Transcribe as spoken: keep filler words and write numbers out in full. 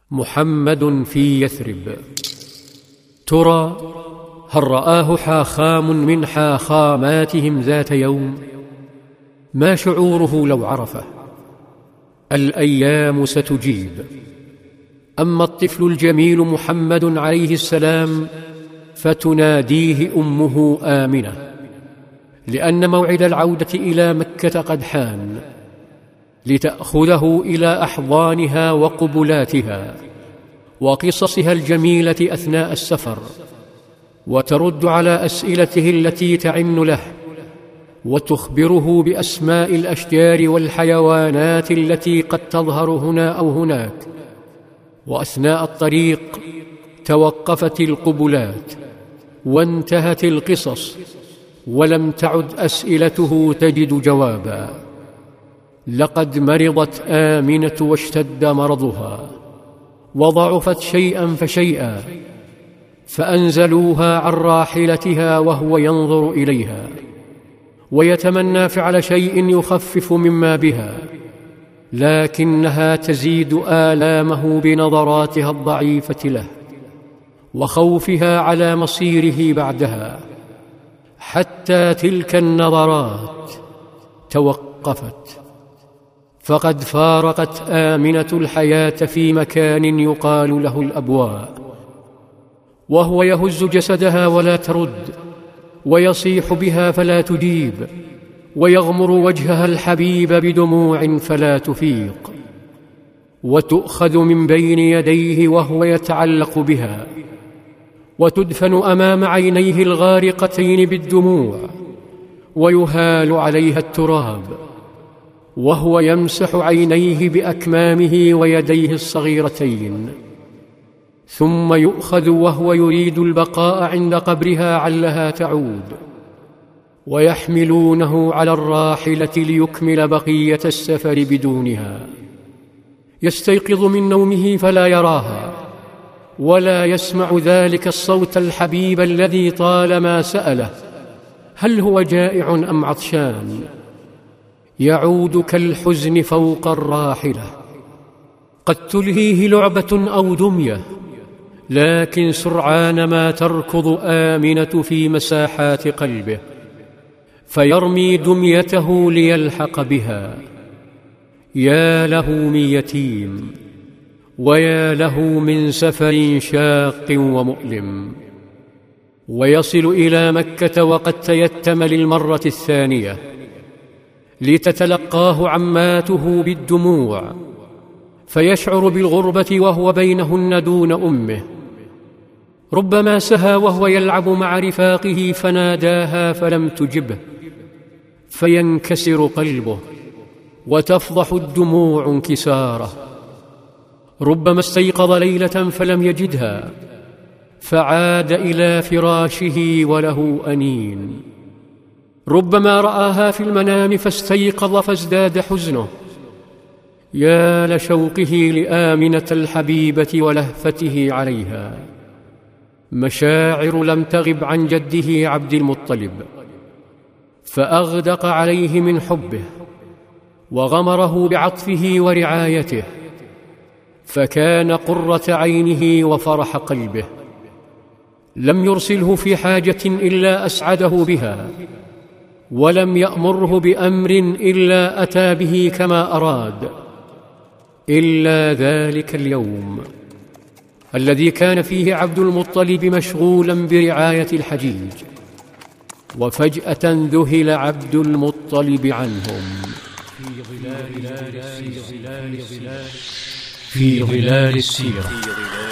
محمد في يثرب. ترى هل رآه حاخام من حاخاماتهم ذات يوم؟ ما شعوره لو عرفه؟ الأيام ستجيب. أما الطفل الجميل محمد عليه السلام فتناديه أمه آمنة، لأن موعد العودة إلى مكة قد حان، لتأخذه إلى أحضانها وقبلاتها وقصصها الجميلة أثناء السفر، وترد على أسئلته التي تعن له، وتخبره بأسماء الأشجار والحيوانات التي قد تظهر هنا أو هناك. وأثناء الطريق توقفت القبلات وانتهت القصص، ولم تعد أسئلته تجد جوابا. لقد مرضت آمنة واشتد مرضها وضعفت شيئا فشيئا، فأنزلوها عن راحلتها وهو ينظر إليها ويتمنى فعل شيء يخفف مما بها، لكنها تزيد آلامه بنظراتها الضعيفة له وخوفها على مصيره بعدها، حتى تلك النظرات توقفت. فقد فارقت آمنة الحياة في مكان يقال له الأبواء، وهو يهز جسدها ولا ترد، ويصيح بها فلا تجيب، ويغمر وجهها الحبيب بدموع فلا تفيق، وتؤخذ من بين يديه وهو يتعلق بها، وتدفن أمام عينيه الغارقتين بالدموع، ويهال عليها التراب وهو يمسح عينيه بأكمامه ويديه الصغيرتين، ثم يؤخذ وهو يريد البقاء عند قبرها علها تعود، ويحملونه على الراحلة ليكمل بقية السفر بدونها. يستيقظ من نومه فلا يراها، ولا يسمع ذلك الصوت الحبيب الذي طالما سأله هل هو جائع أم عطشان. يعود كالحزن فوق الراحلة، قد تلهيه لعبة أو دمية، لكن سرعان ما تركض آمنة في مساحات قلبه، فيرمي دميته ليلحق بها. يا له من يتيم، ويا له من سفر شاق ومؤلم. ويصل إلى مكة وقد تيتم للمرة الثانية، لتتلقاه عماته بالدموع، فيشعر بالغربة وهو بينهن دون أمه. ربما سهى وهو يلعب مع رفاقه فناداها فلم تجبه، فينكسر قلبه وتفضح الدموع انكساره. ربما استيقظ ليلة فلم يجدها، فعاد إلى فراشه وله أنين. ربما رآها في المنام فاستيقظ فازداد حزنه. يا لشوقه لآمنة الحبيبة ولهفته عليها. مشاعر لم تغب عن جده عبد المطلب، فأغدق عليه من حبه وغمره بعطفه ورعايته، فكان قرة عينه وفرح قلبه. لم يرسله في حاجة إلا أسعده بها، ولم يأمره بأمر إلا أتى به كما أراد، إلا ذلك اليوم الذي كان فيه عبد المطلب مشغولا برعاية الحجيج، وفجأة ذهل عبد المطلب عنهم. في ظلال السيرة.